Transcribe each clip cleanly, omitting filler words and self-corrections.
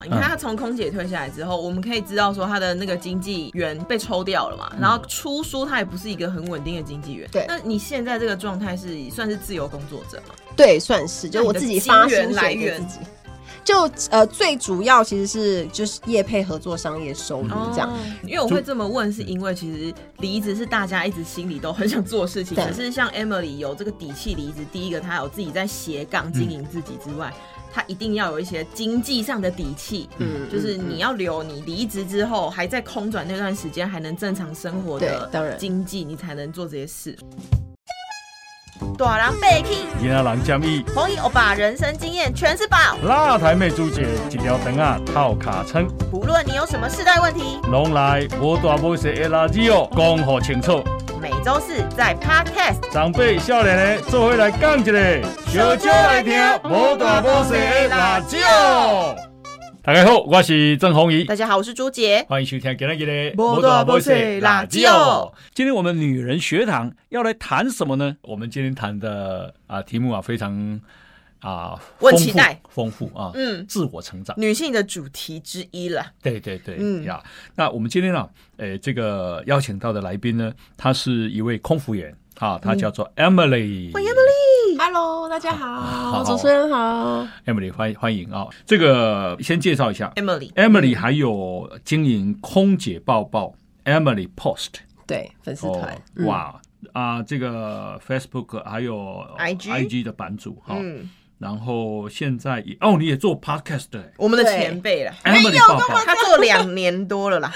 你看他从空姐退下来之后，我们可以知道说他的那个经纪员被抽掉了嘛，然后出书他也不是一个很稳定的经纪员。 对， 那你现在这个状态是算是自由工作者吗？ 对，算是，就我自己发薪来源水给自己。就最主要其实是就是业配合作商业收入这样。 因为我会这么问，是因为其实离职是大家一直心里都很想做的事情，可是像 Emily 有这个底气离职，第一个她有自己在斜杠经营自己之外，他一定要有一些经济上的底气，就是你要留你离职之后还在空转那段时间还能正常生活的经济，你才能做这些事。大人被气， 囡仔人建议， 红衣欧巴人生经验全是宝， 辣台妹主姐一条肠啊套卡称， 不论你有什么世代问题， 拢来无大无小的垃圾哦，讲好清楚。 每周四在 Podcast， 长辈少年的做伙来讲一个，小酒来听无大无小的垃圾哦。大家好，我是郑弘仪。 大家好，我是朱杰。 欢迎收听今天的无大无小的垃圾哦。 今天我们女人学堂要来谈什么呢？我们今天谈的题目非常我很期待丰富啊，自我成长， 女性的主题之一了。 对对对，呀，那我们今天这个邀请到的来宾呢，她是一位空服员她叫做 Emily。 欢迎 Emily。 Hello， 大家好，主持人好。 Emily 欢迎啊！这个先介绍一下 Emily 还有经营空姐报报 Emily Post， 对，粉丝团。 哇这个 Facebook 还有 IG 的版主然后现在你也做 podcast 的， 我们的前辈了， 没有， 他做2年多了啦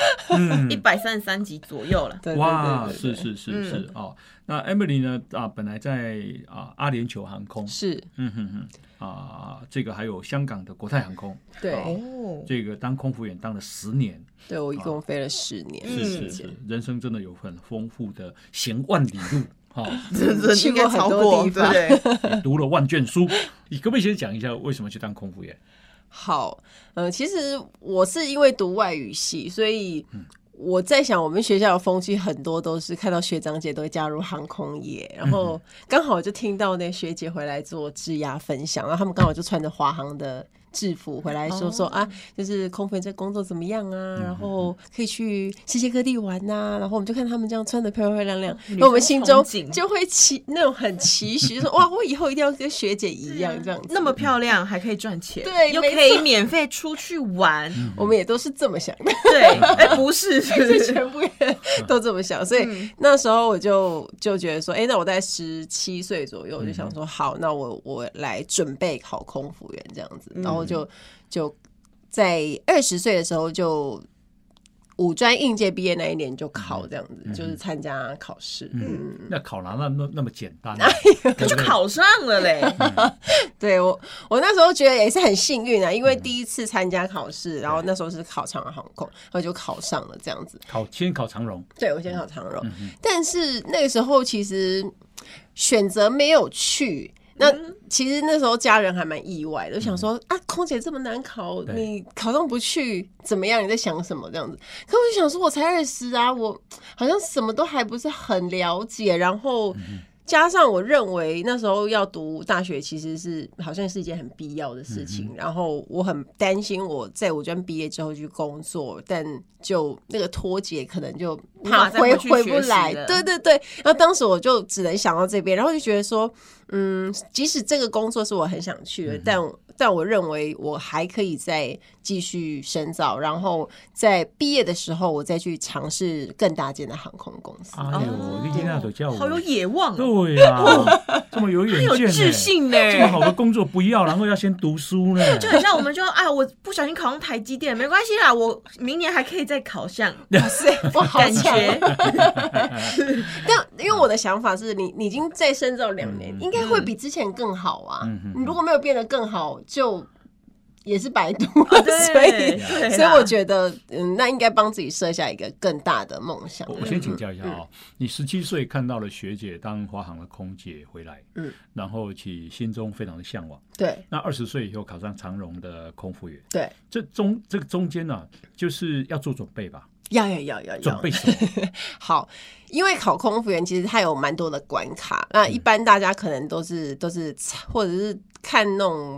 ，133集左右了。 哇，是那 Emily 呢本来在阿联酋航空是， 这个还有香港的国泰航空， 对， 这个当空服员当了10年， 对，我一共飞了10年， 是，人生真的有很丰富的行万里路。 应该超过，对， 读了万卷书。你可不可以先讲一下为什么去当空服员？ 好，其实我是因为读外语系，所以我在想，我们学校的风气很多都是看到学长姐都会加入航空业，然后刚好就听到那学姐回来做职涯分享，然后他们刚好就穿着华航的制服回来说就是空服员这工作怎么样啊，然后可以去世界各地玩啊，然后我们就看他们这样穿得漂漂亮亮，然后我们心中就会那种很期许说哇，我以后一定要跟学姐一样这样子， 那么漂亮还可以赚钱， 对， 又可以免费出去玩， 我们也都是这么想的， 对，不是全部人都这么想，所以那时候我就觉得说那我在17岁左右，我就想说好，那我来准备考空服员这样子，然后就在20岁的时候就五专应届毕业那一年就考这样子，就是参加考试。 那考哪那么简单， 就考上了嘞。 对，我那时候觉得也是很幸运啊，因为第一次参加考试，然后那时候是考长荣航空，然后就考上了这样子。 先考长荣， 对，我先考长荣，但是那个时候其实选择没有去。那其实那时候家人还蛮意外的，就想说空姐这么难考，你考上不去怎么样？你在想什么这样子？可我就想说，我才20啊，我好像什么都还不是很了解，然后加上我认为那时候要读大学其实好像是一件很必要的事情，然后我很担心我在五专毕业之后去工作，但就那个脱节可能就怕回不来，对对对，然后当时我就只能想到这边，然后就觉得说即使这个工作是我很想去的，但我认为我还可以再继续深造，然后在毕业的时候我再去尝试更大间的航空公司。 哎呦，你今天都叫我好有野望， 对呀，这么有远见， 有自信呢， 这么好的工作不要，然后要先读书呢， 就很像我们就我不小心考上台积电，没关系啦，我明年还可以再考上， 我好感觉。 但因为我的想法是你已经再深造2年，应该会比之前更好啊。你如果没有变得更好，就也是白读了。所以我觉得那应该帮自己设下一个更大的梦想。 我先请教一下你17岁看到了学姐当华航的空姐回来，然后其心中非常的向往。 对， 那20岁以后考上长荣的空服员， 对， 这个中间呢，就是要做准备吧。 要准备什么？ 好，因为考空服员其实它有蛮多的关卡，那一般大家可能都是或者是看那种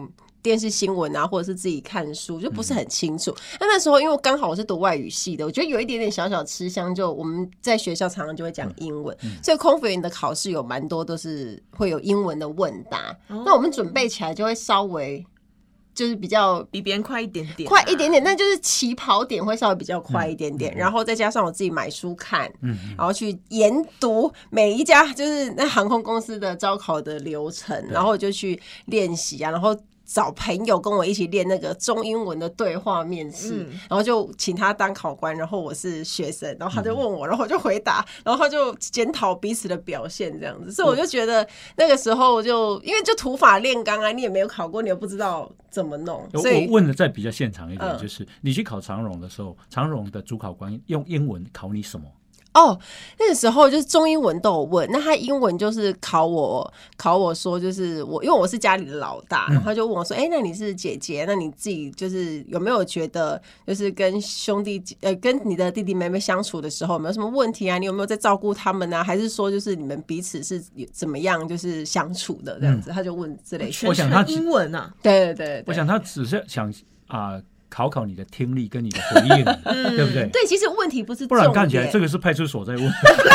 电视新闻啊，或者是自己看书，就不是很清楚。那时候因为刚好我是读外语系的，我觉得有一点点小小吃香，就我们在学校常常就会讲英文，所以空服员的考试有蛮多都是会有英文的问答，那我们准备起来就会稍微就是比较比别人快一点点， 快一点点，但就是起跑点会稍微比较快一点点，然后再加上我自己买书看，然后去研读每一家就是那航空公司的招考的流程，然后我就去练习啊，然后找朋友跟我一起练那个中英文的对话面试，然后就请他当考官，然后我是学生，然后他就问我，然后我就回答，然后他就检讨彼此的表现这样子，所以我就觉得那个时候就因为就土法炼钢啊，你也没有考过，你又不知道怎么弄，所以我问的再比较现场一点，就是你去考长荣的时候，长荣的主考官用英文考你什么？ 那个时候就是中英文都有问，那他英文就是考我说，就是我因为我是家里的老大，然后他就问我说，那你是姐姐，那你自己就是有没有觉得就是跟兄弟跟你的弟弟妹妹相处的时候有没有什么问题啊？你有没有在照顾他们啊？还是说就是你们彼此是怎么样就是相处的这样子？他就问之类的。 我想他英文啊， 对， 我想他只是想考你的听力跟你的回应，对不对？ 对，其实问题不是重点， 不然看起来这个是派出所在问。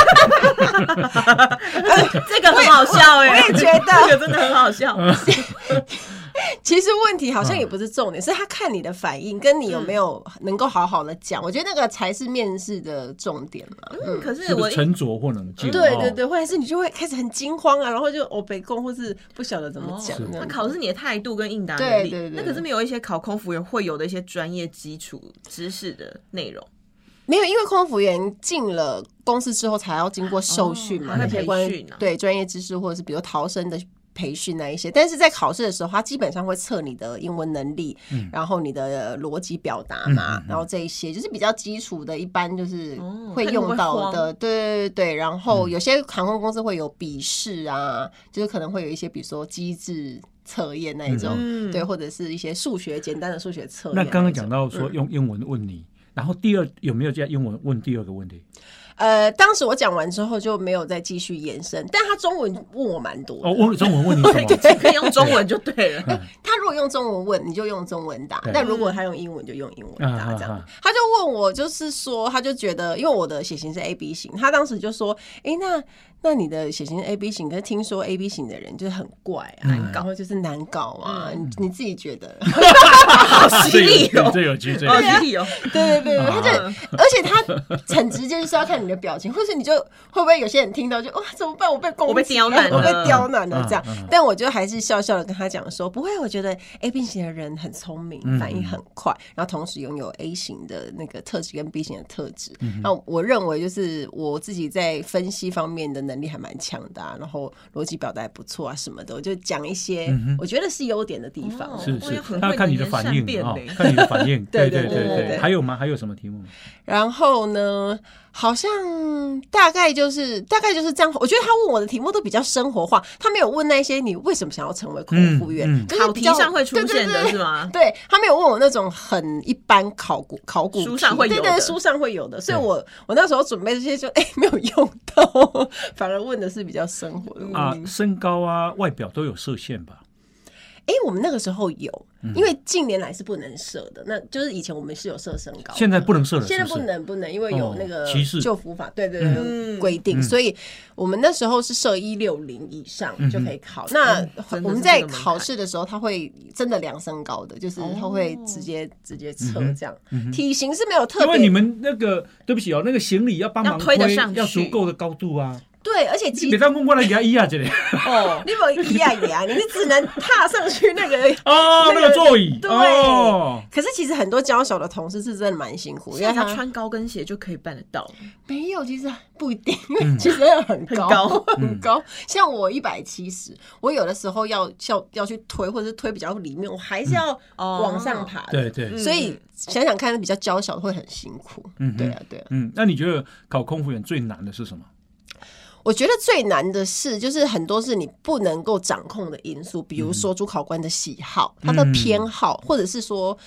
这个很好笑我也觉得这个真的很好笑。 其实问题好像也不是重点，是他看你的反应跟你有没有能够好好的讲，我觉得那个才是面试的重点嘛。 可是我沉着或冷静， 对，或者是你就会开始很惊慌啊，然后就北共或是不晓得怎么讲。 他考的是你的态度跟应答能力， 对。 那可是没有一些考空服员会有的一些专业基础知识的内容。 没有，因为空服员进了公司之后才要经过受训嘛，那些关于对专业知识或者是比如逃生的培训那一些，但是在考试的时候，他基本上会测你的英文能力，然后你的逻辑表达嘛，然后这一些就是比较基础的，一般就是会用到的，对。然后有些航空公司会有笔试啊，就是可能会有一些比如说机制测验那一种，对，或者是一些简单的数学测验。 那刚刚讲到说用英文问你，然后有没有加英文问第二个问题？ 当时我讲完之后就没有再继续延伸，但他中文问我蛮多的。 问中文问你什么？ 对，可以用中文就对了。 他如果用中文问，你就用中文答；但如果他用英文，就用英文答。这样，他就问我，就是说，他就觉得，因为我的血型是 AB 型，他当时就说，那你的血型是 AB 型，可是听说 AB 型的人就是很怪啊，然后就是难搞啊，你自己觉得？ 好犀利哦， 最有趣， 好犀利哦。 对，他就，而且他很直接，就是要看你的表情，或是你就会不会有些人听到就哇怎么办？我被攻击， 我被刁难了这样。但我就还是笑笑的跟他讲说，不会，我觉得 AB 型的人很聪明，反应很快，然后同时拥有 A 型的那个特质跟 B 型的特质。那我认为就是我自己在分析方面的能力还蛮强的，然后逻辑表达也不错啊什么的，我就讲一些我觉得是优点的地方。 是，他看你的反应看你的反应。对。还有吗？还有什么题目？ 然后呢？好像大概就是这样。我觉得他问我的题目都比较生活化，他没有问那些你为什么想要成为空服员， 考题上会出现的是吗？ 对，他没有问我那种很一般考古书上会有的， 对，书上会有的。所以我那时候准备这些就没有用到，反而问的是比较生活的啊，身高啊、外表都有设限吧？ 我们那个时候有，因为近年来是不能设的，那就是以前我们是有设身高， 现在不能设了， 现在不能，因为有那个就服法，对规定，所以我们那时候是设160以上就可以考。那我们在考试的时候，他会真的量身高的，就是他会直接测这样，体型是没有特别， 因为你们那个对不起那个行李要帮忙推得上去， 要足够的高度啊。 对，而且别当过来给他一下这里你没有一呀，你是只能踏上去那个那个座椅。 对，可是其实很多娇小的同事是真的蛮辛苦，因为他穿高跟鞋就可以办得到。 没有，其实不一定，因为其实很高。像我170，我有的时候要去推，或者是推比较里面，我还是要往上爬的。 对， 所以想想看，比较娇小的会很辛苦。对啊。 那你觉得考空服员最难的是什么？ 我觉得最难的是，就是很多是你不能够掌控的因素，比如说主考官的喜好、他的偏好，或者是说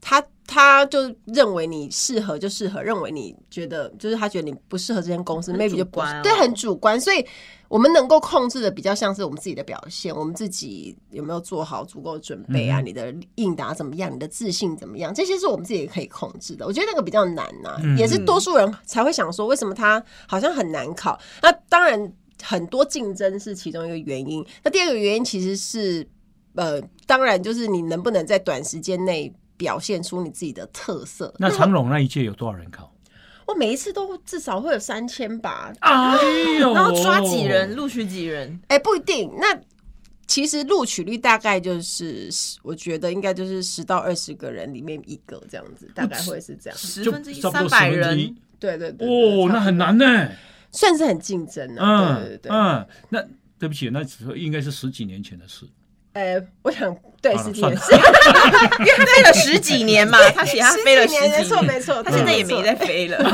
他就认为你适合就适合，认为你觉得就是他觉得你不适合这间公司 ，maybe 就不是，对，很主观，所以我们能够控制的比较像是我们自己的表现，我们自己有没有做好足够的准备啊？你的应答怎么样？你的自信怎么样？这些是我们自己可以控制的。我觉得那个比较难啊，也是多数人才会想说，为什么他好像很难考？那当然很多竞争是其中一个原因。那第二个原因其实是当然就是你能不能在短时间内表现出你自己的特色。 那长荣那一届有多少人考？ 我每一次都至少会有3000吧。 哎呦， 然后抓几人，录取几人？ 不一定。那其实录取率大概就是，我觉得应该就是10到20个人里面1个这样子，大概会是这样。 1/10 300人， 对。 哦，那很难呢， 算是很竞争啊。对。 那对不起，那应该是10几年前的事。 我想对10几年， 因为飞了10几年嘛，他写他飞了10几年， 没错， 他现在也没在飞了。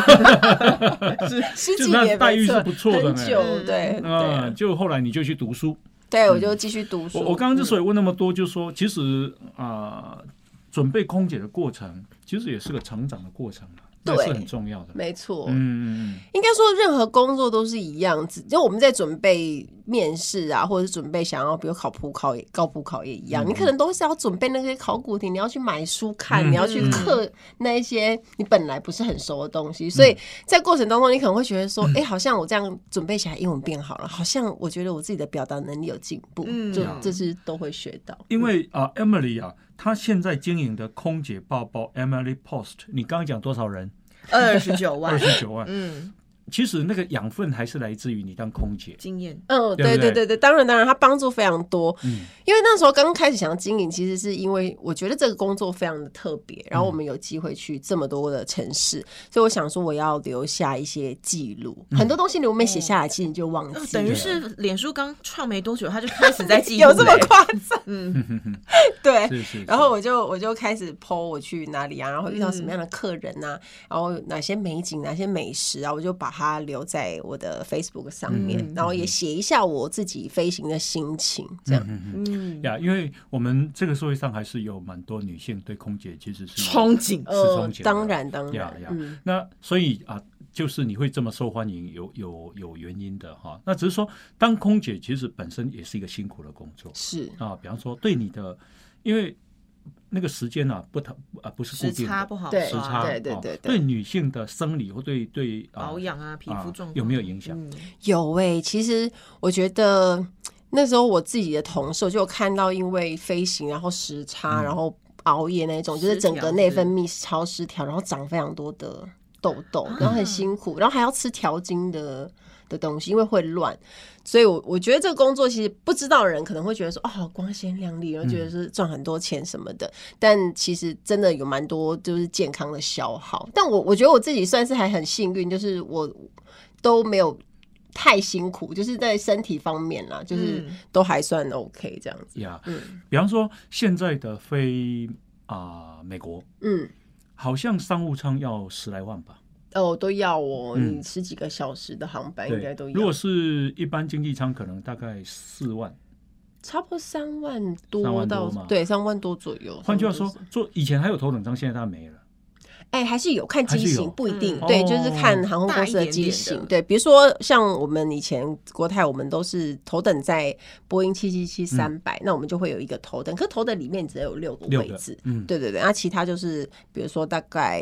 10几年待遇是不错的， 很久，对， 就后来你就去读书， 对，我就继续读书。 我刚刚之所以问那么多，就是说，其实准备空姐的过程，其实也是个成长的过程啊。那是很重要的， 没错。应该说任何工作都是一样，就我们在准备面试啊，或者是准备想要比如考普考也高普考也一样，你可能都是要准备那些考古题，你要去买书看，你要去刻那一些你本来不是很熟的东西，所以在过程当中你可能会觉得说好像我这样准备起来英文变好了，好像我觉得我自己的表达能力有进步，就这是都会学到。 因为Emily 她现在经营的空姐报报 Emily Post， 你刚刚讲多少人 ？29万。 29万。其实那个养分还是来自于你当空姐经验。 对，当然，它帮助非常多。因为那时候刚开始想要经营，其实是因为我觉得这个工作非常的特别，然后我们有机会去这么多的城市，所以我想说我要留下一些记录。很多东西你没写下来，其实你就忘记了。 等于是脸书刚创没多久，他就开始在记录， 有这么夸张？对。 是。 然后我就开始 po 我去哪里啊，然后遇到什么样的客人啊，然后哪些美景、哪些美食啊，我就把它留在我的 Facebook 上面，然后也写一下我自己飞行的心情，这样。 因为我们这个社会上还是有蛮多女性对空姐其实是憧憬， 当然。 那所以就是你会这么受欢迎，有原因的哈。那只是说，当空姐其实本身也是一个辛苦的工作， 是比方说对你的，因为那个时间不是固定的， 时差不好， 时差对女性的生理或对保养啊、皮肤状况有没有影响？ 有其实我觉得那时候我自己的同事就有看到，因为飞行然后时差，然后熬夜那种，就是整个内分泌超失调，然后长非常多的痘痘，然后很辛苦，然后还要吃调经的东西，因为会乱。所以我觉得这个工作其实不知道的人可能会觉得说好光鲜亮丽，然后觉得是赚很多钱什么的，但其实真的有蛮多就是健康的消耗。但我觉得我自己算是还很幸运，就是我都没有太辛苦，就是在身体方面啦，就是都还算 OK 这样子。 比方说现在的飞美国，好像商务舱要10来万吧。 都要你10几个小时的航班应该都要。 如果是一般经济舱，可能大概4万， 差不多3万多到对3万多左右。 换句话说，以前还有头等舱，现在它没了。 还是有看机型，不一定。对，就是看航空公司的机型。对，比如说像我们以前国泰，我们都是头等在波音777-300，那我们就会有一个头等，可是头等里面只有6个位置。对，那其他就是比如说大概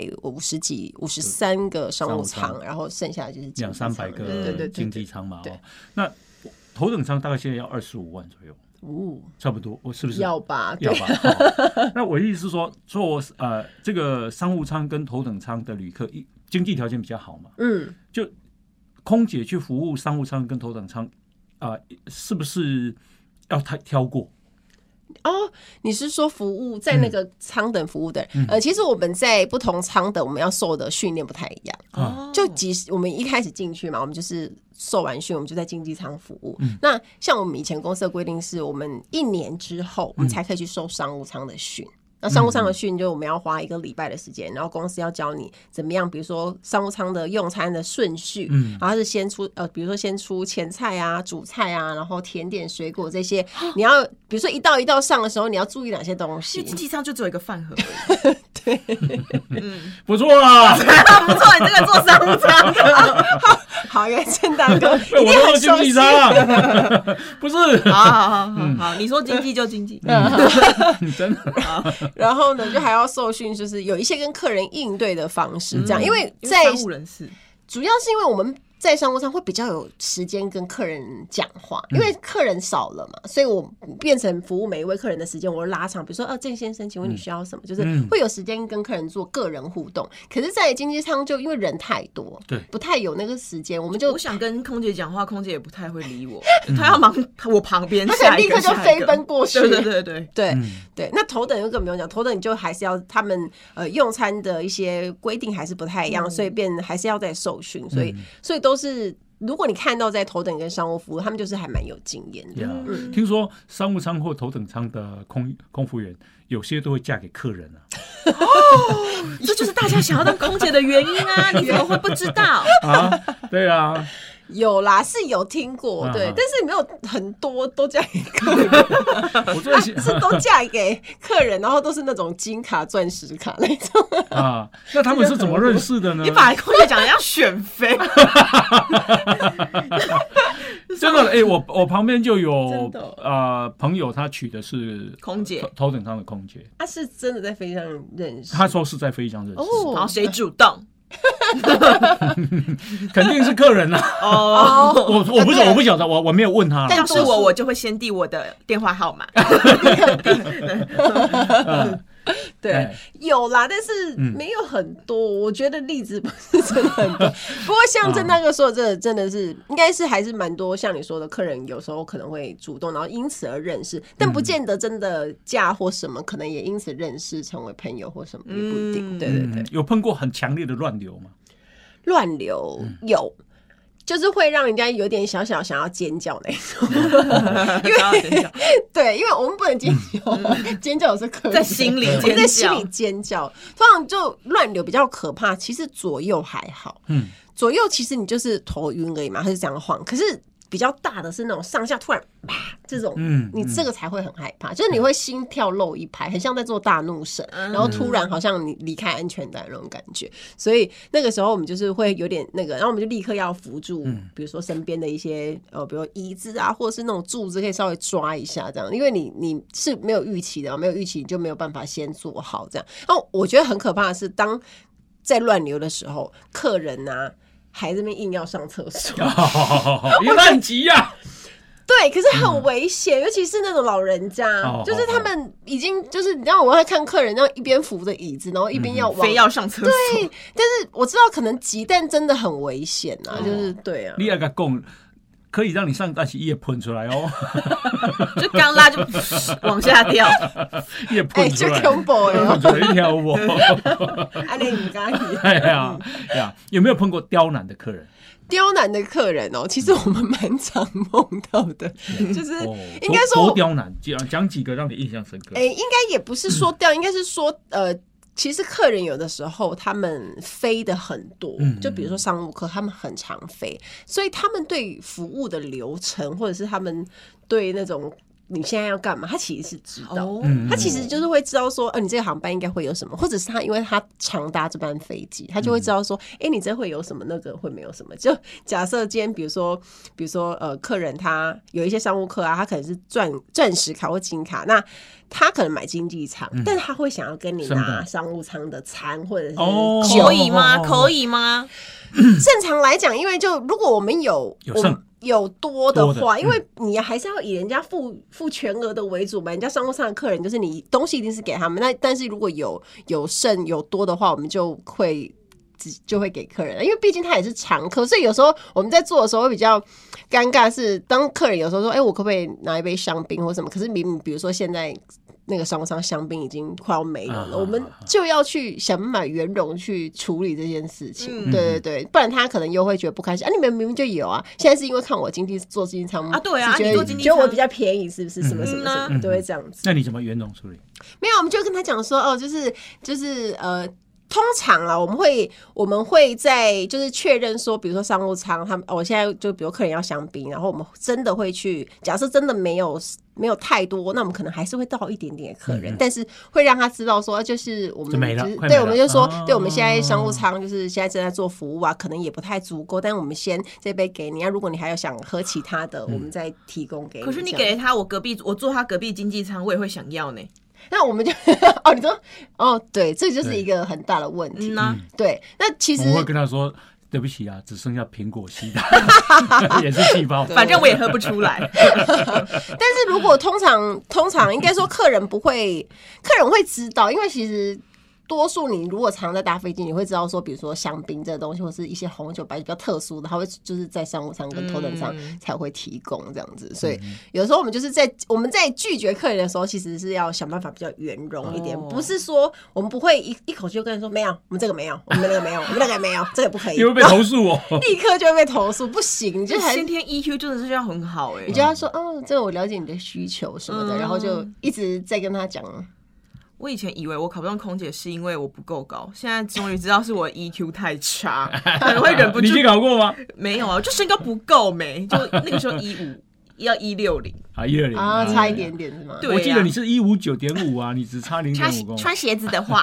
53个商务舱，然后剩下就是 200-300个经济舱嘛。那头等舱大概现在要25万左右。差不多，是不是要吧？ 那我的意思是说，做这个商务舱跟头等舱的旅客，经济条件比较好嘛？就空姐去服务商务舱跟头等舱，是不是要挑过？ 你是说服务在那个舱等服务的人？其实我们在不同舱等，我们要受的训练不太一样。就我们一开始进去嘛，我们就是受完训，我们就在经济舱服务。那像我们以前公司的规定是，我们1年之后，我们才可以去受商务舱的训。 那商务舱的训就我们要花1个礼拜的时间，然后公司要教你怎么样，比如说商务舱的用餐的顺序，然后是先出比如说先出前菜啊、主菜啊，然后甜点、水果这些，你要比如说一道上的时候，你要注意哪些东西？ 经济舱就只有一个饭盒而已。 对， 不错啦， 不错，你这个做商务舱的， 好，原来郑大哥我都说经济舱，不是？ 好，你说经济就经济， 真的。 然后呢，就还要受训，就是有一些跟客人应对的方式，这样，因为在商务人士， 主要是因为我们在商务舱会比较有时间跟客人讲话，因为客人少了嘛，所以我变成服务每一位客人的时间我会拉长。比如说郑先生，请问你需要什么？就是会有时间跟客人做个人互动。可是，在经济舱就因为人太多，对，不太有那个时间。我想跟空姐讲话，空姐也不太会理我，她要忙我旁边， 她可能立刻就飞奔过去。对。那头等又更不用讲，头等你就还是要他们用餐的一些规定还是不太一样，所以还是要再受训，所以都是，如果你看到在头等跟商务服务，他们就是还蛮有经验的。 听说商务舱或头等舱的空服员，有些都会嫁给客人啊。 这就是大家想要当空姐的原因啊！你怎么会不知道啊？对啊。 有啦，是有听过，对，但是没有很多都嫁给客人，是都嫁给客人，然后都是那种金卡、钻石卡那种啊。那他们是怎么认识的呢？ 你把空姐讲的像选妃， 真的我旁边就有朋友，他娶的是空姐， 头等舱的空姐， 他是真的在飞机上认识， 他说是在飞机上认识， 然后谁主动？ 肯定是客人啊！我不晓得，我没有问他。 要是我就会先递我的电话号码。 对，有啦，但是没有很多。我觉得例子不是真的很多。不过像郑大哥说的，这真的是应该是还是蛮多。像你说的，客人有时候可能会主动，然后因此而认识，但不见得真的嫁或什么，可能也因此认识成为朋友或什么，也不一定。对。 有碰过很强烈的乱流吗？ 乱流有。就是会让人家有点小小想要尖叫那种，因为我们不能尖叫，尖叫是可以在心里尖叫， 在心里尖叫。通常就乱流比较可怕，其实左右还好，左右其实你就是头晕而已嘛，它是这样晃，可是比较大的是那种上下突然啪这种，你这个才会很害怕，就是你会心跳漏一拍，很像在做大怒神，然后突然好像你离开安全带那种感觉，所以那个时候我们就是会有点那个，然后我们就立刻要扶住，比如说身边的一些比如椅子啊，或者是那种柱子，可以稍微抓一下这样，因为你是没有预期的，没有预期你就没有办法先做好这样。然后我觉得很可怕的是，当在乱流的时候，客人啊还在那边硬要上厕所， 因为他很急呀。 对，可是很危险，尤其是那种老人家，就是他们已经就是你知道，我会看客人这样一边扶着椅子，然后一边非要上厕所。 对，但是我知道可能急，但真的很危险啊，就是对啊。 你那个讲可以让你上，但是也喷出来哦， 就刚拉就往下掉， 也喷出来， 就恐怖哦， 一条我。 安尼唔敢去。 哎呀，有没有碰过刁难的客人？ 刁难的客人其实我们蛮常梦到的，就是应该说多刁难，讲几个让你印象深刻。 应该也不是说刁，应该是说其实客人有的时候他们飞的很多，就比如说商务客，他们很常飞，所以他们对服务的流程，或者是他们对那种你现在要干嘛，他其实是知道，他其实就是会知道说，你这个航班应该会有什么，或者是他因为他常搭这班飞机，他就会知道说，你这会有什么，那个会没有什么。就假设今天比如说客人他有一些商务客啊，他可能是钻石卡或金卡，那他可能买经济舱，但他会想要跟你拿商务舱的餐或者是可以吗？可以吗？ 正常来讲，因为就如果我们有多的话，因为你还是要以人家付全额的为主嘛。人家商务舱的客人就是你东西一定是给他们，但是如果有剩有多的话，我们就会给客人，因为毕竟他也是常客，所以有时候我们在做的时候会比较尴尬，是当客人有时候说，我可不可以拿一杯香槟或什么？可是明明比如说现在那个商务舱香槟已经快要没有了，我们就要去想办法圆融去处理这件事情。对对对，不然他可能又会觉得不开心啊！你们明明就有啊，现在是因为看我做经济舱啊，对啊， 觉得我比较便宜，是不是？什么什么都会这样子。 那你怎么圆融处理？ 没有，我们就跟他讲说，哦，就是通常啊，我们会在就是确认说，比如说商务舱，我现在就比如客人要香槟，然后我们真的会去，假设真的没有太多，那我们可能还是会倒一点点的客人，但是会让他知道说，就是我们对，我们就说，对，我们现在商务舱就是现在正在做服务啊，可能也不太足够，但是我们先这杯给你，如果你还有想喝其他的，我们再提供给你。 可是你给了他，我坐他隔壁经济舱，我也会想要呢。 那我们就你说对，这就是一个很大的问题。对，那其实我会跟他说，对不起啊，只剩下苹果西打，也是气泡， 反正我也喝不出来。 但是如果通常应该说客人会知道，因为其实多数你如果常在搭飞机，你会知道说，比如说香槟这个东西，或是一些红酒、白酒比较特殊的，它会就是在商务舱跟头等舱才会提供这样子。所以有时候我们就是我们在拒绝客人的时候，其实是要想办法比较圆融一点，不是说我们不会一口气就跟人说没有，我们这个没有，我们那个没有，我们那个没有，这个不可以， 你会被投诉哦， 立刻就会被投诉，不行，你就先天 EQ 真的是要很好你就要说这个我了解你的需求什么的，然后就一直在跟他讲。 我以前以为我考不上空姐是因为我不够高，现在终于知道是我的 EQ 太差，可能会忍不住。 你去考过吗？ 没有啊，就身高不够没，就那个时候15要160 啊，160 啊，差一点点是吗？ 对啊， 我记得你是159.5啊，你只差0.5公分。 穿鞋子的话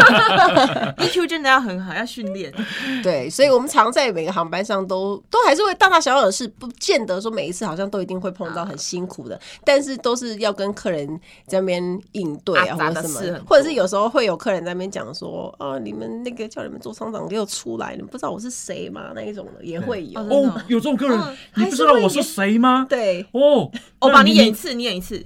，EQ 真的要很好，要训练。 对，所以我们常在每个航班上都还是会大大小小的事，不见得说每一次好像都一定会碰到很辛苦的，但是都是要跟客人在那边应对啊，或者什么，或者是有时候会有客人在那边讲说，你们那个叫你们做舱长给我出来，你们不知道我是谁吗？那一种的也会有。 有这种客人，你不知道我是谁吗？ 对。 我帮你演一次，你演一次。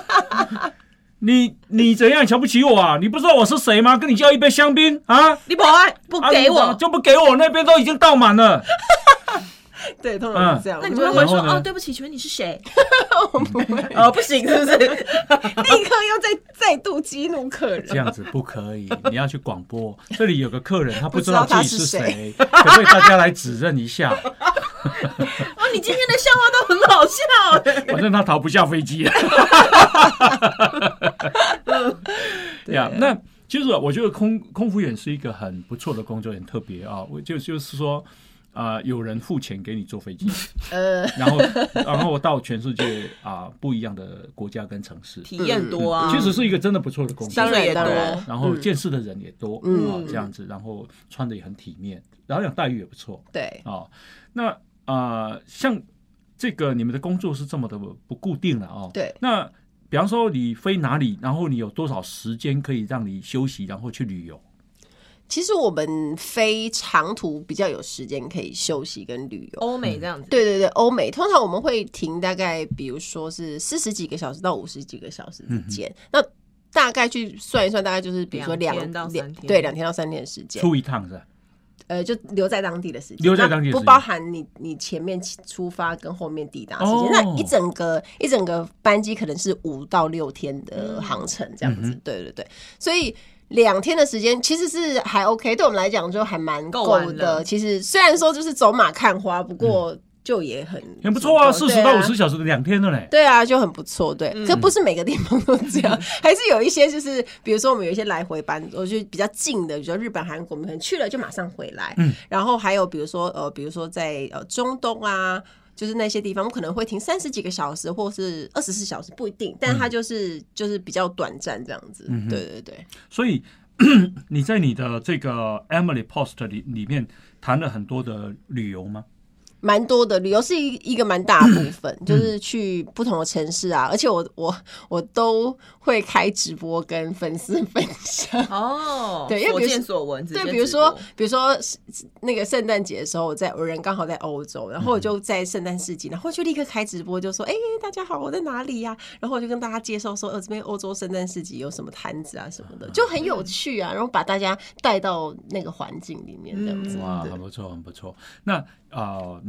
你怎样瞧不起我啊？你不知道我是谁吗？跟你叫一杯香槟啊？ 你不给我， 就不给我，那边都已经倒满了。 对，通常是这样。 那你们会说对不起，请问你是谁？不行，是不是？立刻又再度激怒客人。 这样子不可以，你要去广播。这里有个客人，他不知道自己是谁，可不可以大家来指认一下？ 你今天的笑话都很好笑反正他逃不下飞机。对呀，那其实我觉得空服员是一个很不错的工作，很特别啊。就是说。有人付钱给你坐飞机，然后到全世界不一样的国家跟城市， 体验多啊， 其实是一个真的不错的工作， 当然也多， 然后见识的人也多，这样子，然后穿的也很体面，然后待遇也不错， 对那像这个你们的工作是这么的不固定了对， 那比方说你飞哪里，然后你有多少时间可以让你休息，然后去旅游？ 其实我们飞长途比较有时间可以休息跟旅游， 欧美这样子。 对对对，欧美通常我们会停大概，比如说是40几个小时到50几个小时之间。那大概去算一算，大概就是比如说2天到3天，对，2天到3天的时间。 出一趟是吧？ 就留在当地的时间， 留在当地的时间不包含你前面出发跟后面抵达时间。那一整个班机可能是5到6天的航程这样子。对对对，所以。2天的时间其实是还 OK， 对我们来讲就还蛮够的。其实虽然说就是走马看花，不过就也很不错啊，40到50小时的2天了嘞。 对啊，就很不错。对，可不是每个地方都这样，还是有一些就是比如说我们有一些来回班，我觉得比较近的，比如说日本、韩国，我们可能去了就马上回来。然后还有比如说在中东啊。就是那些地方，我们可能会停30几个小时，或是24小时，不一定，但它就是比较短暂这样子。对对对。 所以你在你的这个 Emily Post 里面谈了很多的旅游吗？ 蛮多的，旅游是一个蛮大的部分，就是去不同的城市啊，而且我都会开直播跟粉丝分享对，因为所见所闻， 对，比如说那个圣诞节的时候，我人刚好在欧洲，然后我就在圣诞市集，然后就立刻开直播，就说大家好，我在哪里呀？然后我就跟大家介绍说，这边欧洲圣诞市集有什么摊子啊什么的，就很有趣啊，然后把大家带到那个环境里面，这样子。 哇，很不错，很不错。那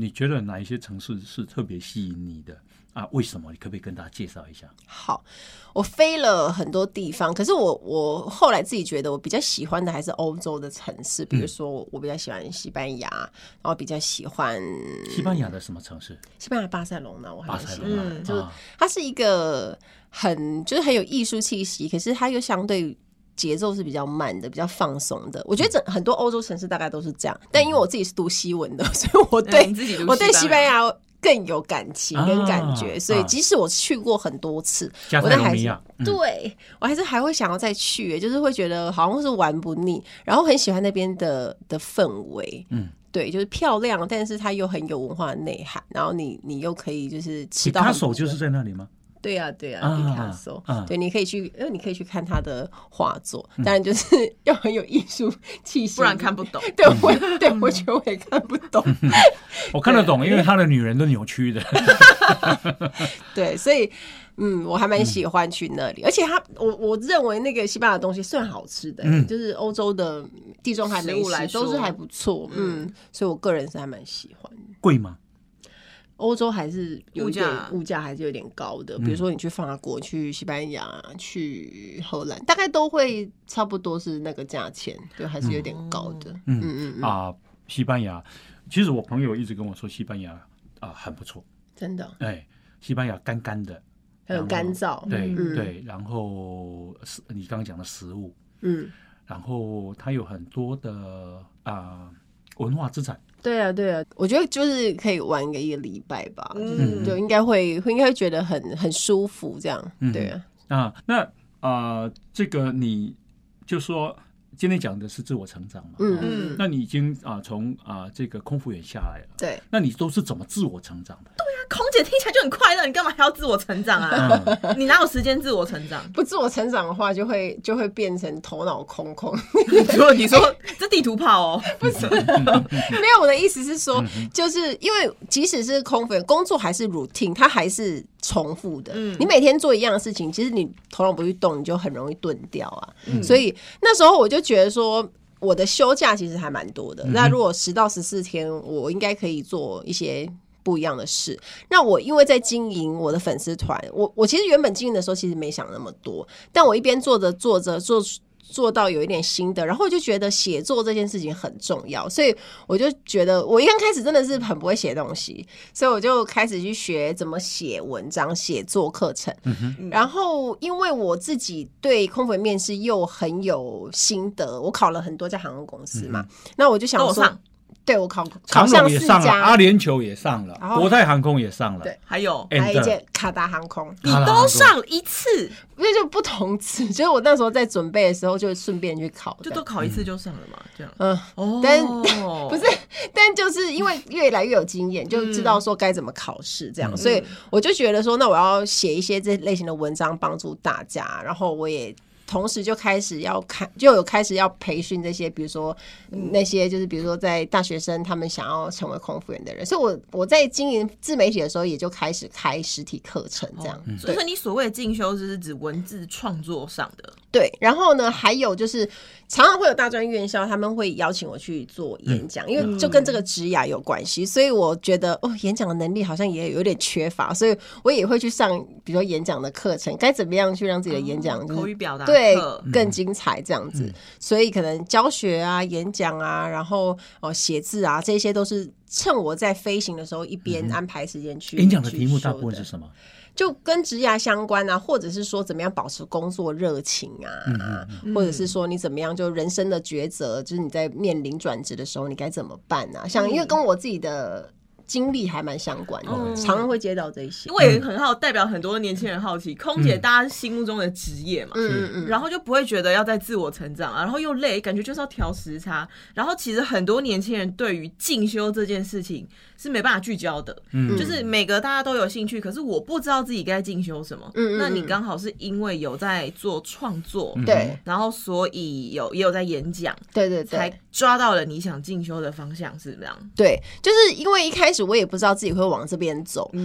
你觉得哪一些城市是特别吸引你的啊？为什么？你可不可以跟大家介绍一下？ 好，我飞了很多地方，可是我后来自己觉得我比较喜欢的还是欧洲的城市，比如说我比较喜欢西班牙，然后比较喜欢西班牙的什么城市？ 西班牙巴塞隆纳，我还蛮喜欢的， 就是它是一个就是很有艺术气息，可是它又相对节奏是比较慢的，比较放松的。我觉得很多欧洲城市大概都是这样，但因为我自己是读西文的，所以我对西班牙更有感情跟感觉，所以即使我去过很多次，我都还是对我还会想要再去，就是会觉得好像是玩不腻，然后很喜欢那边的氛围，对，就是漂亮，但是它又很有文化内涵，然后你又可以就是吃到。 毕卡索就是在那里吗？ 对啊，毕卡索，对，你可以去看他的画作，当然就是要很有艺术气息， 不然看不懂。 对，我觉得我也看不懂。 我看得懂，因为他的女人都扭曲的。 对，所以我还蛮喜欢去那里，而且我认为那个西班牙的东西算好吃的，就是欧洲的地中海美食都是还不错，所以我个人是还蛮喜欢。 贵吗？ 欧洲还是有一点物价还是有点高的，比如说你去法国、去西班牙、去荷兰，大概都会差不多是那个价钱，对，还是有点高的。 西班牙，其实我朋友一直跟我说西班牙很不错， 真的。 西班牙干干的， 很干燥， 对，然后你刚刚讲的食物，然后它有很多的文化资产。 对啊，我觉得就是可以玩一个礼拜吧，就应该会觉得很舒服这样，对啊。 这个你就说今天讲的是自我成长嘛，那你已经从这个空服员下来了， 对， 那你都是怎么自我成长的？ 对啊，空姐听起来就很快乐，你干嘛还要自我成长啊？你哪有时间自我成长？ 不自我成长的话，就会变成头脑空空。 你说这地图炮哦？ 不是，没有，我的意思是说，就是因为即使是空服员，工作还是 routine， 它还是重复的。你每天做一样的事情，其实你头脑不去动，你就很容易钝掉啊。所以那时候我就觉得说，我的休假其实还蛮多的。那如果10到14天，我应该可以做一些不一样的事。那我因为在经营我的粉丝团，我其实原本经营的时候其实没想那么多，但我一边做到有一点心得，然后我就觉得写作这件事情很重要，所以我就觉得我一刚开始真的是很不会写东西，所以我就开始去学怎么写文章、写作课程。然后因为我自己对空服员面试又很有心得，我考了很多家航空公司嘛，那我就想说。对，我考上4家， 阿联酋也上了，国泰航空也上了， 对， 还有一间卡达航空， 你都上一次， 因为就不同次，就是我那时候在准备的时候就顺便去考， 就都考一次就上了嘛，这样。 但不是，但就是因为越来越有经验，就知道说该怎么考试这样，所以我就觉得说，那我要写一些这类型的文章帮助大家，然后我也。同时就开始要培训这些，比如说那些就是比如说在大学生他们想要成为空服员的人，所以我在经营自媒体的时候也就开始开实体课程这样。 所以你所谓的进修是指文字创作上的。 对，然后呢，还有就是常常会有大专院校他们会邀请我去做演讲，因为就跟这个职涯有关系，所以我觉得演讲的能力好像也有点缺乏，所以我也会去上比如说演讲的课程，该怎么样去让自己的演讲就是口语表达对更精彩这样子。所以可能教学啊、演讲啊，然后写字啊，这些都是趁我在飞行的时候一边安排时间去。 演讲的题目大部分是什么？ 就跟职涯相关啊，或者是说怎么样保持工作热情啊，或者是说你怎么样就人生的抉择，就是你在面临转职的时候你该怎么办啊？像因为跟我自己的经历还蛮相关的，常常会接到这些。 因为也很好，代表很多年轻人好奇，空姐大家心目中的职业嘛，然后就不会觉得要在自我成长，然后又累，感觉就是要调时差。然后其实很多年轻人对于进修这件事情是没办法聚焦的，就是每个大家都有兴趣，可是我不知道自己该进修什么。那你刚好是因为有在做创作， 对， 然后所以也有在演讲， 对， 才抓到了你想进修的方向，是这样。 对，就是因为一开始我也不知道自己会往这边走，那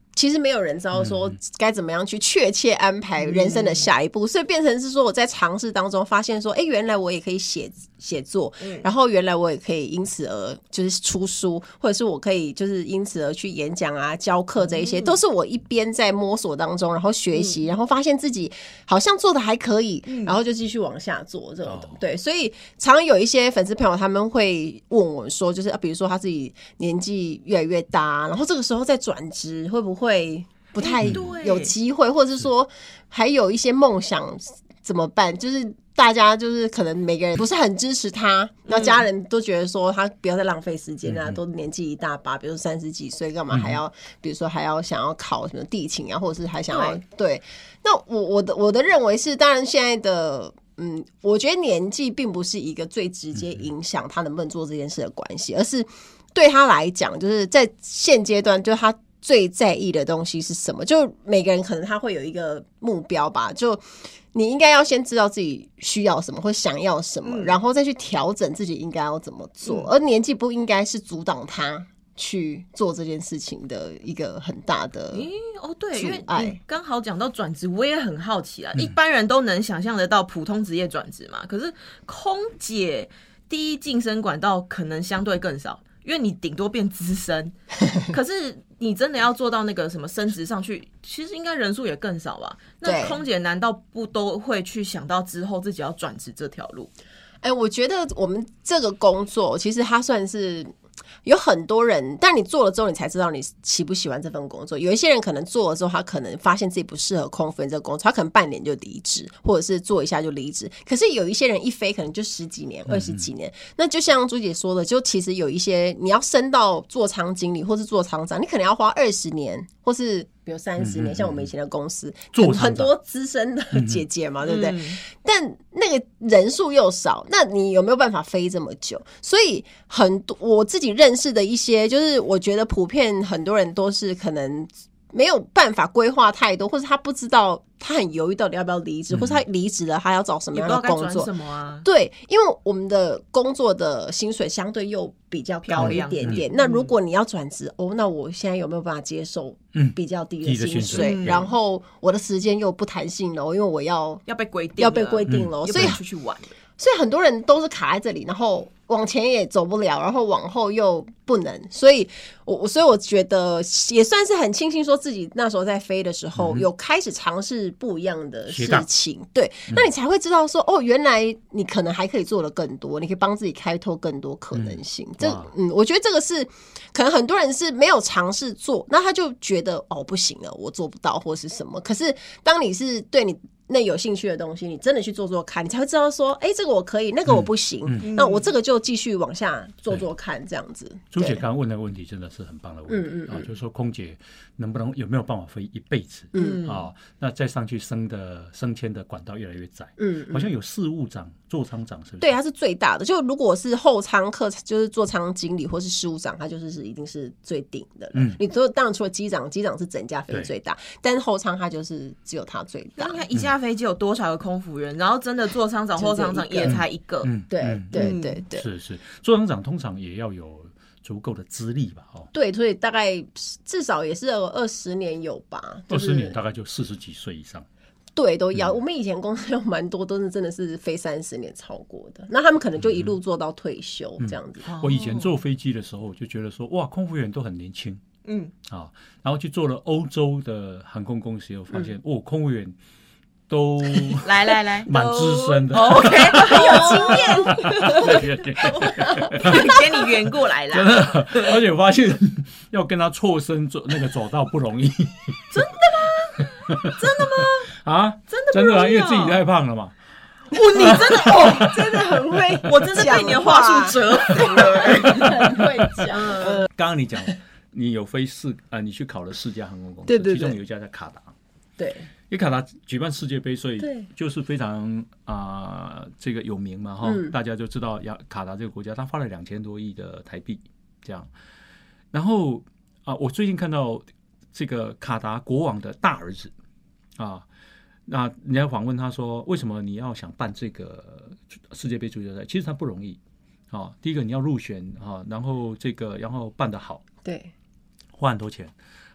其实没有人知道说该怎么样去确切安排人生的下一步，所以变成是说我在尝试当中发现说，原来我也可以写作，然后原来我也可以因此而就是出书，或者是我可以就是因此而去演讲啊、教课，这一些都是我一边在摸索当中，然后学习，然后发现自己好像做的还可以，然后就继续往下做这种。对，所以常常有一些粉丝朋友他们会问我说，就是比如说他自己年纪越来越大，然后这个时候再转职会不会不太有机会，或者是说还有一些梦想怎么办？就是大家就是可能每个人不是很支持他，然后家人都觉得说他不要再浪费时间啊，都年纪一大把，比如说30几岁，干嘛还要，比如说还要想要考什么地勤啊，或者是还想要对。那我的认为是，当然现在的。我觉得年纪并不是一个最直接影响他能不能做这件事的关系，而是对他来讲，就是在现阶段，就是他最在意的东西是什么？就每个人可能他会有一个目标吧，就你应该要先知道自己需要什么或想要什么，然后再去调整自己应该要怎么做，而年纪不应该是阻挡他去做这件事情的一个很大的对，因为你刚好讲到转职，我也很好奇啊。一般人都能想象得到普通职业转职嘛，可是空姐第一晋升管道可能相对更少，因为你顶多变资深，可是你真的要做到那个什么升职上去，其实应该人数也更少吧？那空姐难道不都会去想到之后自己要转职这条路？ 我觉得我们这个工作其实它算是。有很多人，但你做了之后你才知道你喜不喜欢这份工作。有一些人可能做了之后他可能发现自己不适合空服员这个工作，他可能半年就离职，或者是做一下就离职。可是有一些人一飞可能就10几年20几年，那就像朱姐说的，就其实有一些你要升到座舱经理或是座舱长，你可能要花20年或是比如30年，像我们以前的公司很多资深的姐姐嘛，对不对？但那个人数又少，那你有没有办法飞这么久？所以很多我自己认识的一些，就是我觉得普遍很多人都是可能没有办法规划太多，或者他不知道，他很犹豫到底要不要离职，或者他离职了他要找什么样的工作， 什么啊？ 对，因为我们的工作的薪水相对又比较高一点点，那如果你要转职那我现在有没有办法接受比较低的薪水？然后我的时间又不弹性了，因为我要被规定了，所以出去玩。 所以很多人都是卡在这里，然后往前也走不了，然后往后又不能，所以我觉得也算是很庆幸，说自己那时候在飞的时候有开始尝试不一样的事情，对，那你才会知道说原来你可能还可以做的更多，你可以帮自己开拓更多可能性。我觉得这个是可能很多人是没有尝试做，那他就觉得不行了，我做不到或是什么。可是当你是对你那有兴趣的东西，你真的去做做看，你才会知道说，这个我可以，那个我不行，那我这个就继续往下做做看，这样子。 朱姐刚刚问的问题真的是很棒的问题就是说空姐有没有办法飞一辈子？那再上去升迁的管道越来越窄，好像有事务长、座舱长，是不是？ 对，它是最大的。就如果是后舱客，就是座舱经理或是事务长，他就是一定是最顶的。你当然除了机长是整架飞最大，但是后舱他就是只有他最大。 你看一架飞机有多少个空服员，然后真的座舱长、后舱长也才一个。 对， 是座舱长通常也要有足够的资历吧？ 对，所以大概至少也是有20年有吧。 20年大概就40几岁以上。 对，都要。我们以前公司有蛮多都是真的是飞30年超过的，那他们可能就一路做到退休这样子。 我以前坐飞机的时候，我就觉得说，哇，空服员都很年轻。然后去做了欧洲的航空公司，我发现空服员都来蛮资深的 ，OK， 很有经验，给你圆过来了， 真的。而且我发现要跟他错身走道不容易。 真的吗？ 真的啊，因为自己太胖了嘛。 你真的很会，我真的被你的话术折服了， 很会讲。 刚刚你讲你有飞你去考了4家航空公司， 对， 其中有一家在卡达。 对， 因为卡达举办世界杯，所以就是非常这个有名嘛大家就知道卡达这个国家，他花了2000多亿的台币这样。然后我最近看到这个卡达国王的大儿子那人家访问他说，为什么你要想办这个世界杯足球赛？其实他不容易第一个你要入选然后办得好， 对， 花很多钱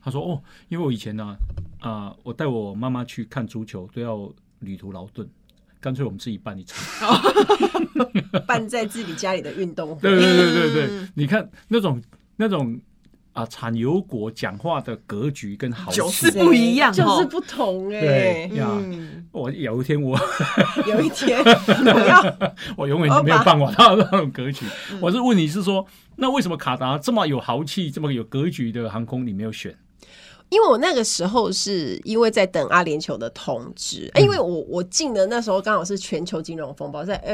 他说哦，因为我以前呢我带我妈妈去看足球都要旅途劳顿，干脆我们自己办一场， 办在自己家里的运动会。 对，你看那种产油国讲话的格局跟豪气就是不一样， 就是不同对呀，我有一天我永远没有办法到那种格局。我是问你是说，那为什么卡达这么有豪气、这么有格局的航空你没有选？ 因为我那个时候是因为在等阿联酋的通知，因为我进的那时候刚好是全球金融风暴，在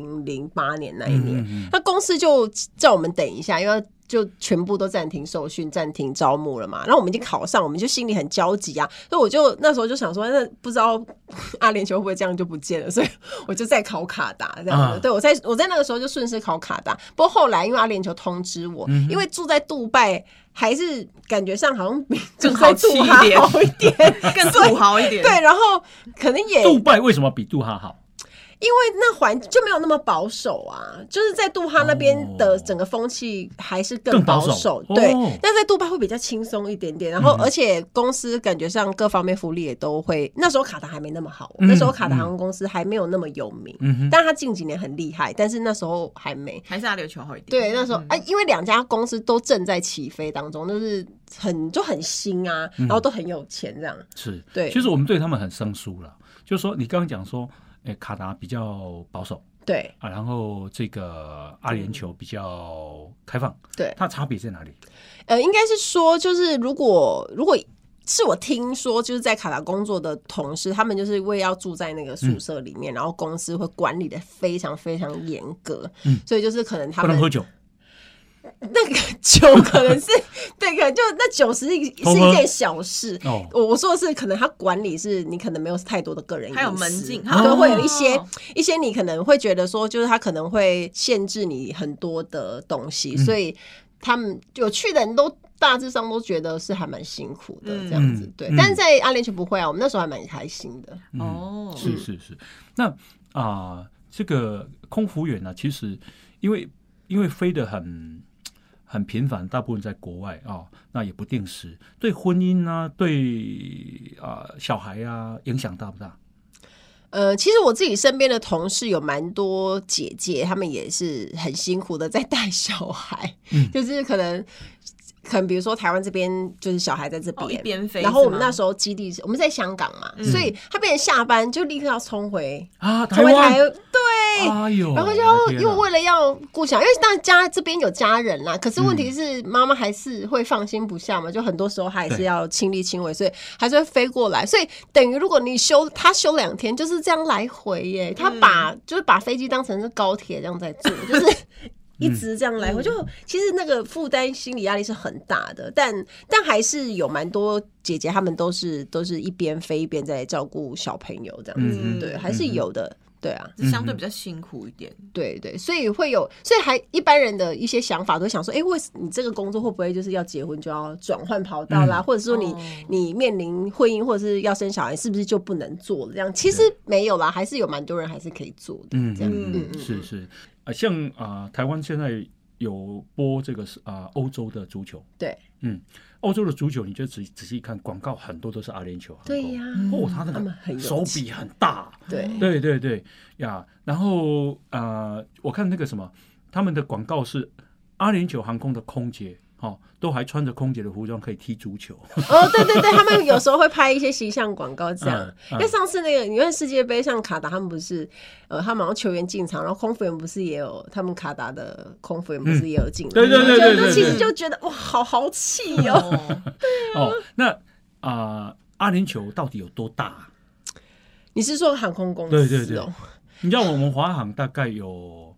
2008年那一年，那公司就叫我们等一下，因为就全部都暂停受训、暂停招募了嘛。然后我们已经考上，我们就心里很焦急啊。所以我就那时候就想说，那不知道阿联酋会不会这样就不见了，所以我就再考卡达这样子。对，我在那个时候就顺势考卡达。不过后来因为阿联酋通知我，因为住在杜拜还是感觉上好像比住在杜哈好一点， 更土豪一点。 对，然后可能也杜拜为什么比杜哈好？ 因为那环就没有那么保守啊，就是在杜哈那边的整个风气还是更保守，对。但在杜拜会比较轻松一点点，然后而且公司感觉上各方面福利也都会。那时候卡达还没那么好，那时候卡达航空公司还没有那么有名，但他近几年很厉害，但是那时候还没， 还是阿联酋好一点。 对，那时候因为两家公司都正在起飞当中，就是很新啊，然后都很有钱这样。 是， 对。 其实我们对他们很生疏了，就是说你刚刚讲说。卡达比较保守， 对然后这个阿联酋比较开放， 对， 它差别在哪里？ 应该是说，就是如果是我听说，就是在卡达工作的同事，他们就是为要住在那个宿舍里面，然后公司会管理的非常非常严格，所以就是可能他们不能喝酒。 那个酒可能是对，可能就那酒是一件小事。我说的是，可能他管理是你可能没有太多的个人隐私， 还有门禁， 就会有一些你可能会觉得说，就是他可能会限制你很多的东西，所以他们有去的人都大致上都觉得是还蛮辛苦的这样子。对，但是在阿联酋不会啊，我们那时候还蛮开心的。 是。那这个空服员呢，其实因为飞得很频繁，大部分在国外那也不定时，对婚姻啊，对小孩啊，影响大不大？ 其实我自己身边的同事有蛮多姐姐，她们也是很辛苦的在带小孩，就是可能比如说台湾这边就是小孩在这边， 一边飞， 然后我们那时候基地我们在香港嘛，所以他变成下班就立刻要冲回台湾， 对，然后就因为为了要顾小孩，因为当然家这边有家人啦，可是问题是妈妈还是会放心不下嘛，就很多时候还是要亲力亲为，所以还是会飞过来，所以等于如果你他休2天，就是这样来回耶，他就是把飞机当成是高铁这样在坐，就是一直这样来回，就其实那个负担心理压力是很大的，但还是有蛮多姐姐她们都是一边飞一边在照顾小朋友这样子，对，还是有的。对啊， 相对比较辛苦一点。 对，所以还一般人的一些想法都想说，为你这个工作会不会就是要结婚就要转换跑道啦，或者说你面临婚姻或者是要生小孩，是不是就不能做了？这样其实没有啦，还是有蛮多人还是可以做的。这样， 是像台湾现在有播这个欧洲的足球， 对， 欧洲的足球，你就仔细看广告，很多都是阿联酋航空。 对呀， 他那个手笔很大， 对呀。然后我看那个什么，他们的广告是阿联酋航空的空姐。都还穿着空姐的服装可以踢足球。 对，他们有时候会拍一些形象广告这样。因为上次那个你看世界杯上卡达，他们不是他们好像球员进场，然后空服员不是也有他们卡达的空服员不是也有进来？对，其实就觉得哇，好豪气哦。对那阿联酋到底有多大？ 你是说航空公司？对， 你知道我们华航大概有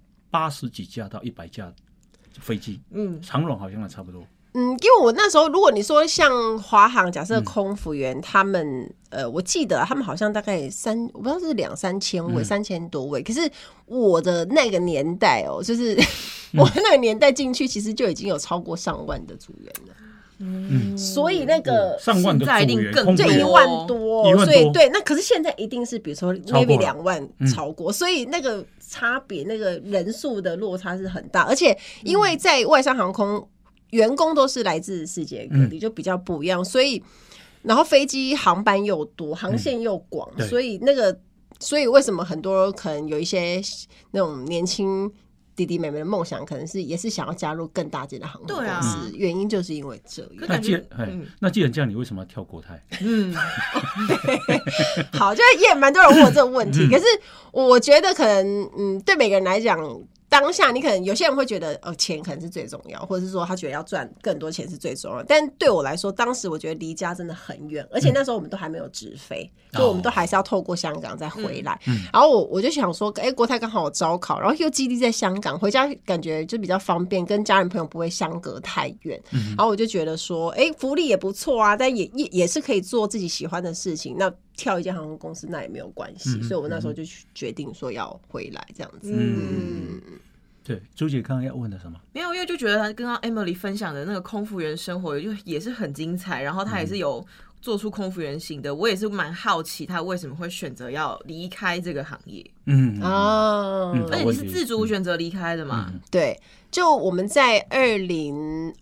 80几架到100架。飞机，长荣好像也差不多。 因为我那时候，如果你说像华航，假设空服员他们，我记得他们好像大概我不知道是2-3千位，3000多位。可是我的那个年代就是我那个年代进去，其实就已经有超过上万的组员了。所以那个上万的组员， 就1万多，所以对，那可是现在一定是比如说 maybe 2万超过，所以那个差别，那个人数的落差是很大，而且因为在外商航空员工都是来自世界各地，就比较不一样，所以然后飞机航班又多，航线又广，所以为什么很多可能有一些那种年轻弟弟妹妹的梦想，可能也是想要加入更大间的航空公司，原因就是因为这样。 那既然这样，你为什么要跳国泰？ 好，就也蛮多人问我这个问题，可是我觉得可能对每个人来讲，当下你可能有些人会觉得钱可能是最重要，或者是说他觉得要赚更多钱是最重要，但对我来说，当时我觉得离家真的很远，而且那时候我们都还没有直飞，就我们都还是要透过香港再回来。然后我就想说，国泰刚好有招考，然后又基地在香港，回家感觉就比较方便，跟家人朋友不会相隔太远。然后我就觉得说，福利也不错啊，但也是可以做自己喜欢的事情。那跳一间航空公司那也没有关系，所以我那时候就决定说要回来这样子。 对，朱姐刚刚要问的什么？ 没有，因为就觉得他跟刚 Emily 分享的那个空服员生活也是很精彩，然后他也是有做出空服员型的，我也是蛮好奇他为什么会选择要离开这个行业。而且你是自主选择离开的嘛？ 对，就我们在2021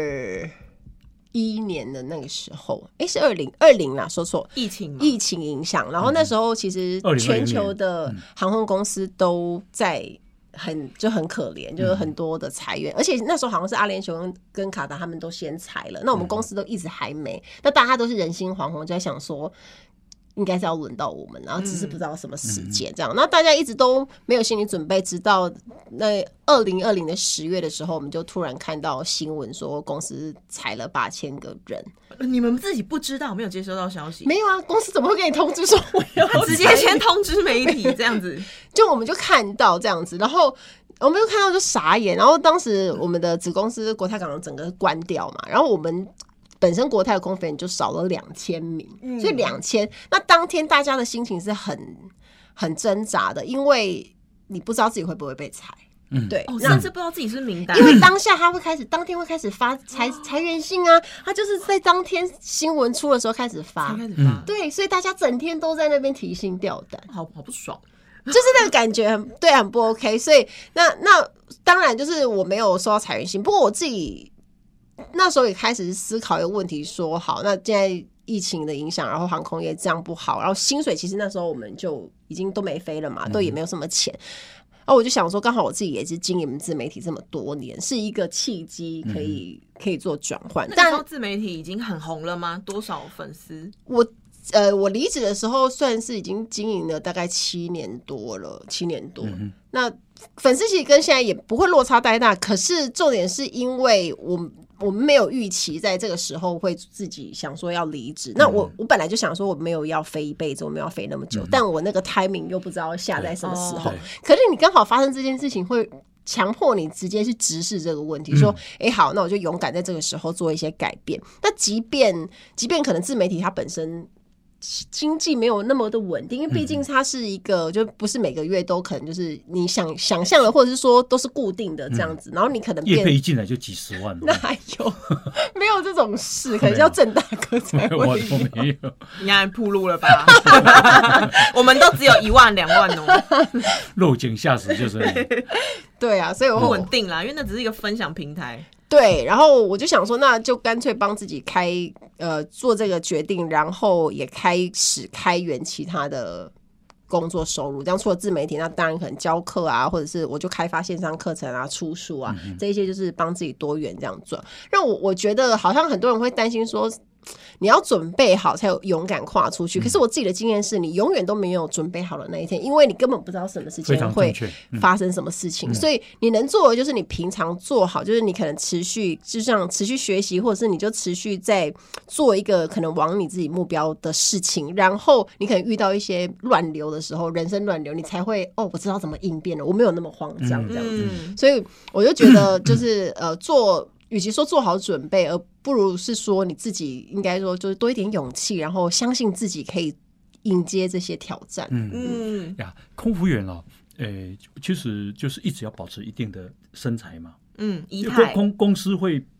年的那个时候，是2020啦，说错，疫情影响，然后那时候其实全球的航空公司都在很可怜，就是很多的裁员，而且那时候好像是阿联酋跟卡达他们都先裁了，那我们公司都一直还没，那大家都是人心惶惶，就在想说应该是要轮到我们，然后只是不知道什么时间这样，那大家一直都没有心理准备，直到那2020的10月的时候，我们就突然看到新闻说公司裁了8000个人。 你们自己不知道，没有接收到消息？ 没有啊，公司怎么会给你通知说我要直接先通知媒体这样子？ 就我们就看到这样子，然后我们就看到就傻眼，然后当时我们的子公司国泰港整个关掉嘛，然后我们本身国泰的空服员就少了2000名，所以2000，那当天大家的心情是很挣扎的，因为你不知道自己会不会被裁。对， 甚至不知道自己是名单， 因为当下当天会开始发裁员信啊，他就是在当天新闻出的时候开始发，对，所以大家整天都在那边提心吊胆， 好不爽， 就是那个感觉很不 OK， 所以那当然就是我没有收到裁员信，不过我自己那时候也开始思考一个问题，说好，那现在疫情的影响，然后航空业这样不好，然后薪水其实那时候我们就已经都没飞了嘛，都也没有什么钱。然后我就想说，刚好我自己也是经营自媒体这么多年，是一个契机可以做转换。 那时候自媒体已经很红了吗？多少粉丝？ 我离职的时候算是已经经营了大概7年多了，7年多。那粉丝其实跟现在也不会落差太大，可是重点是因为我们没有预期在这个时候会自己想说要离职。那我本来就想说我没有要飞一辈子，我没有要飞那么久，但我那个 timing 又不知道下在什么时候。可是你刚好发生这件事情，会强迫你直接去直视这个问题，说好，那我就勇敢在这个时候做一些改变。那即便可能自媒体它本身经济没有那么的稳定，因为毕竟它是一个就不是每个月都可能就是你想象的，或者是说都是固定的这样子，然后你可能业配一进来就几十万， 那还有没有这种事？可能要郑大哥才会有。 我没有， 应该暴露了吧？我们都只有1万2万哦， 落井下石就是。 对啊，所以我不稳定啦，因为那只是一个分享平台。 对，然后我就想说，那就干脆帮自己做这个决定，然后也开始开源其他的工作收入。这样除了自媒体，那当然可能教课啊，或者是我就开发线上课程啊、出书啊，这一些就是帮自己多元这样做。让我觉得好像很多人会担心说，你要准备好才有勇敢跨出去。可是我自己的经验是，你永远都没有准备好的那一天，因为你根本不知道什么时间会发生什么事情。所以你能做的就是你平常做好，就是你可能持续学习，或者是你就持续在做一个可能往你自己目标的事情。然后你可能遇到一些乱流的时候，人生乱流，你才会我知道怎么应变了，我没有那么慌张这样子。所以我就觉得就是与其说做好准备，而不如是说你自己应该说就是多一点勇气，然后相信自己可以迎接这些挑战。 空服员其实就是一直要保持一定的身材嘛。 仪态。 公司会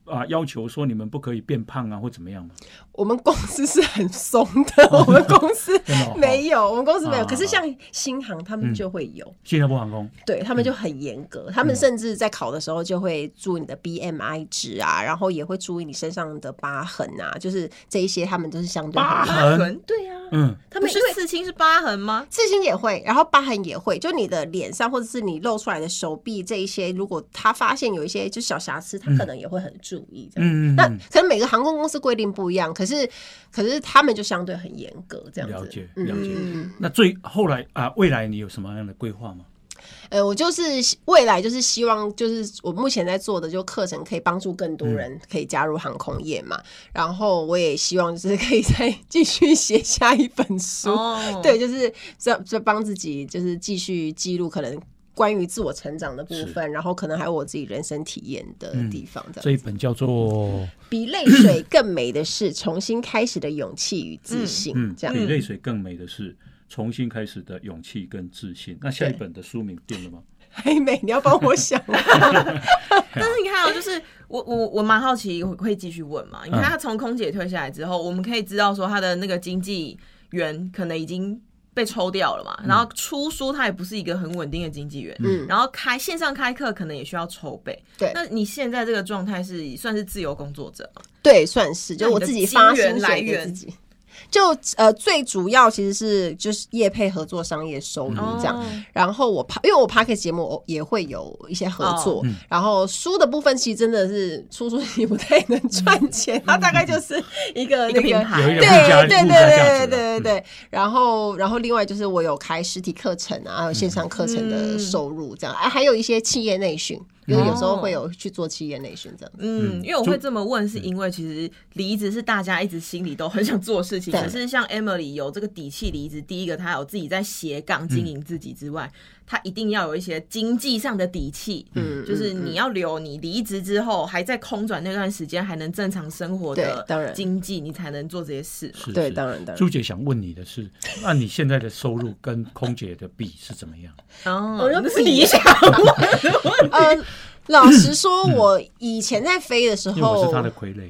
要求说你们不可以变胖啊或怎么样吗？ 我们公司是很松的，我们公司没有，我们公司没有。可是像新航他们就会有， 新加坡航空对他们就很严格，他们甚至在考的时候就会注意你的 BMI 值啊，然后也会注意你身上的疤痕啊，就是这一些他们都是相对疤痕， 对啊， 他们不是刺青是疤痕吗？ 刺青也会，然后疤痕也会，就你的脸上或者是你露出来的手臂这一些，如果他发现有一些就小瑕疵，他可能也会很注意这样。那可能每个航空公司规定不一样，可是他们就相对很严格这样子。 了解。那后来未来你有什么样的规划吗？ 我就是未来就是希望，就是我目前在做的就课程可以帮助更多人可以加入航空业嘛，然后我也希望就是可以再继续写下一本书，对，就是在帮自己就是继续记录可能关于自我成长的部分，然后可能还有我自己人生体验的地方。 这一本叫做比泪水更美的是重新开始的勇气与自信，这样比泪水更美的是重新开始的勇气跟自信。那下一本的书名定了吗？ 还没，你要帮我想。 但是你看就是我蛮好奇会继续问嘛。你看他从空姐退下来之后，我们可以知道说他的那个经纪员可能已经被抽掉了嘛，然后出书他也不是一个很稳定的经纪人，然后线上开课可能也需要筹备。对，那你现在这个状态算是自由工作者吗？ 对，算是，就我自己发薪水给自己。就最主要其实是就是业配合作商业收入这样，然后因为我 Podcast 节目也会有一些合作，然后书的部分其实真的是出书也不太能赚钱，它大概就是一个品牌， 对，然后另外就是我有开实体课程啊，还有线上课程的收入这样，还有一些企业内训。有时候会有去做企业内训这样子。 因为我会这么问，是因为其实离职是大家一直心里都很想做的事情。可是像 Emily 有这个底气离职，第一个她有自己在斜杠经营自己之外，她一定要有一些经济上的底气。就是你要留你离职之后还在空转那段时间还能正常生活的经济，你才能做这些事嘛。 对，当然。 朱姐想问你的是，那你现在的收入跟空姐的比是怎么样？ 那是你想问。 老实说，我以前在飞的时候，因为我是他的傀儡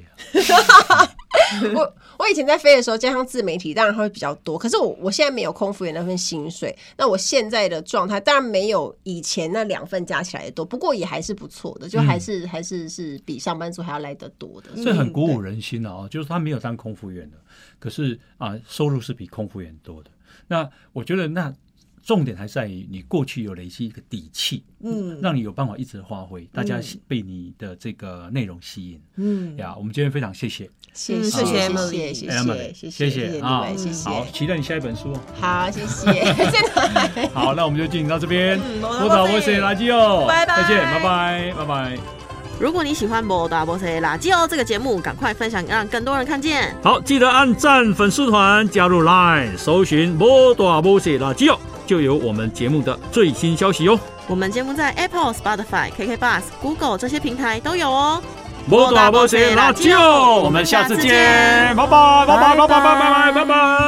我以前在飞的时候，加上自媒体，当然会比较多。可是我现在没有空服员那份薪水，那我现在的状态当然没有以前那2份加起来的多，不过也还是不错的，就还是比上班族还要来得多的。 这很鼓舞人心啊！就是他没有当空服员的，可是收入是比空服员多的。那我觉得重点还在于你过去有累积一个底气，让你有办法一直发挥，大家被你的这个内容吸引。我们今天非常谢谢 Emily， 谢谢啊，好，期待你下一本书。 好，谢谢。 好，那我们就进行到这边。我打波西垃圾哦， 拜拜， 再见，拜拜。 如果你喜欢摩大波西垃圾哦这个节目，赶快分享，让更多人看见。 好，记得按赞粉丝团，加入 LINE， 搜寻摩大波西垃圾哦，就有我们节目的最新消息哦。 我们节目在 Apple、Spotify、KKBOX、Google 这些平台都有哦。 摩大波西垃圾哦，我们下次见，拜拜。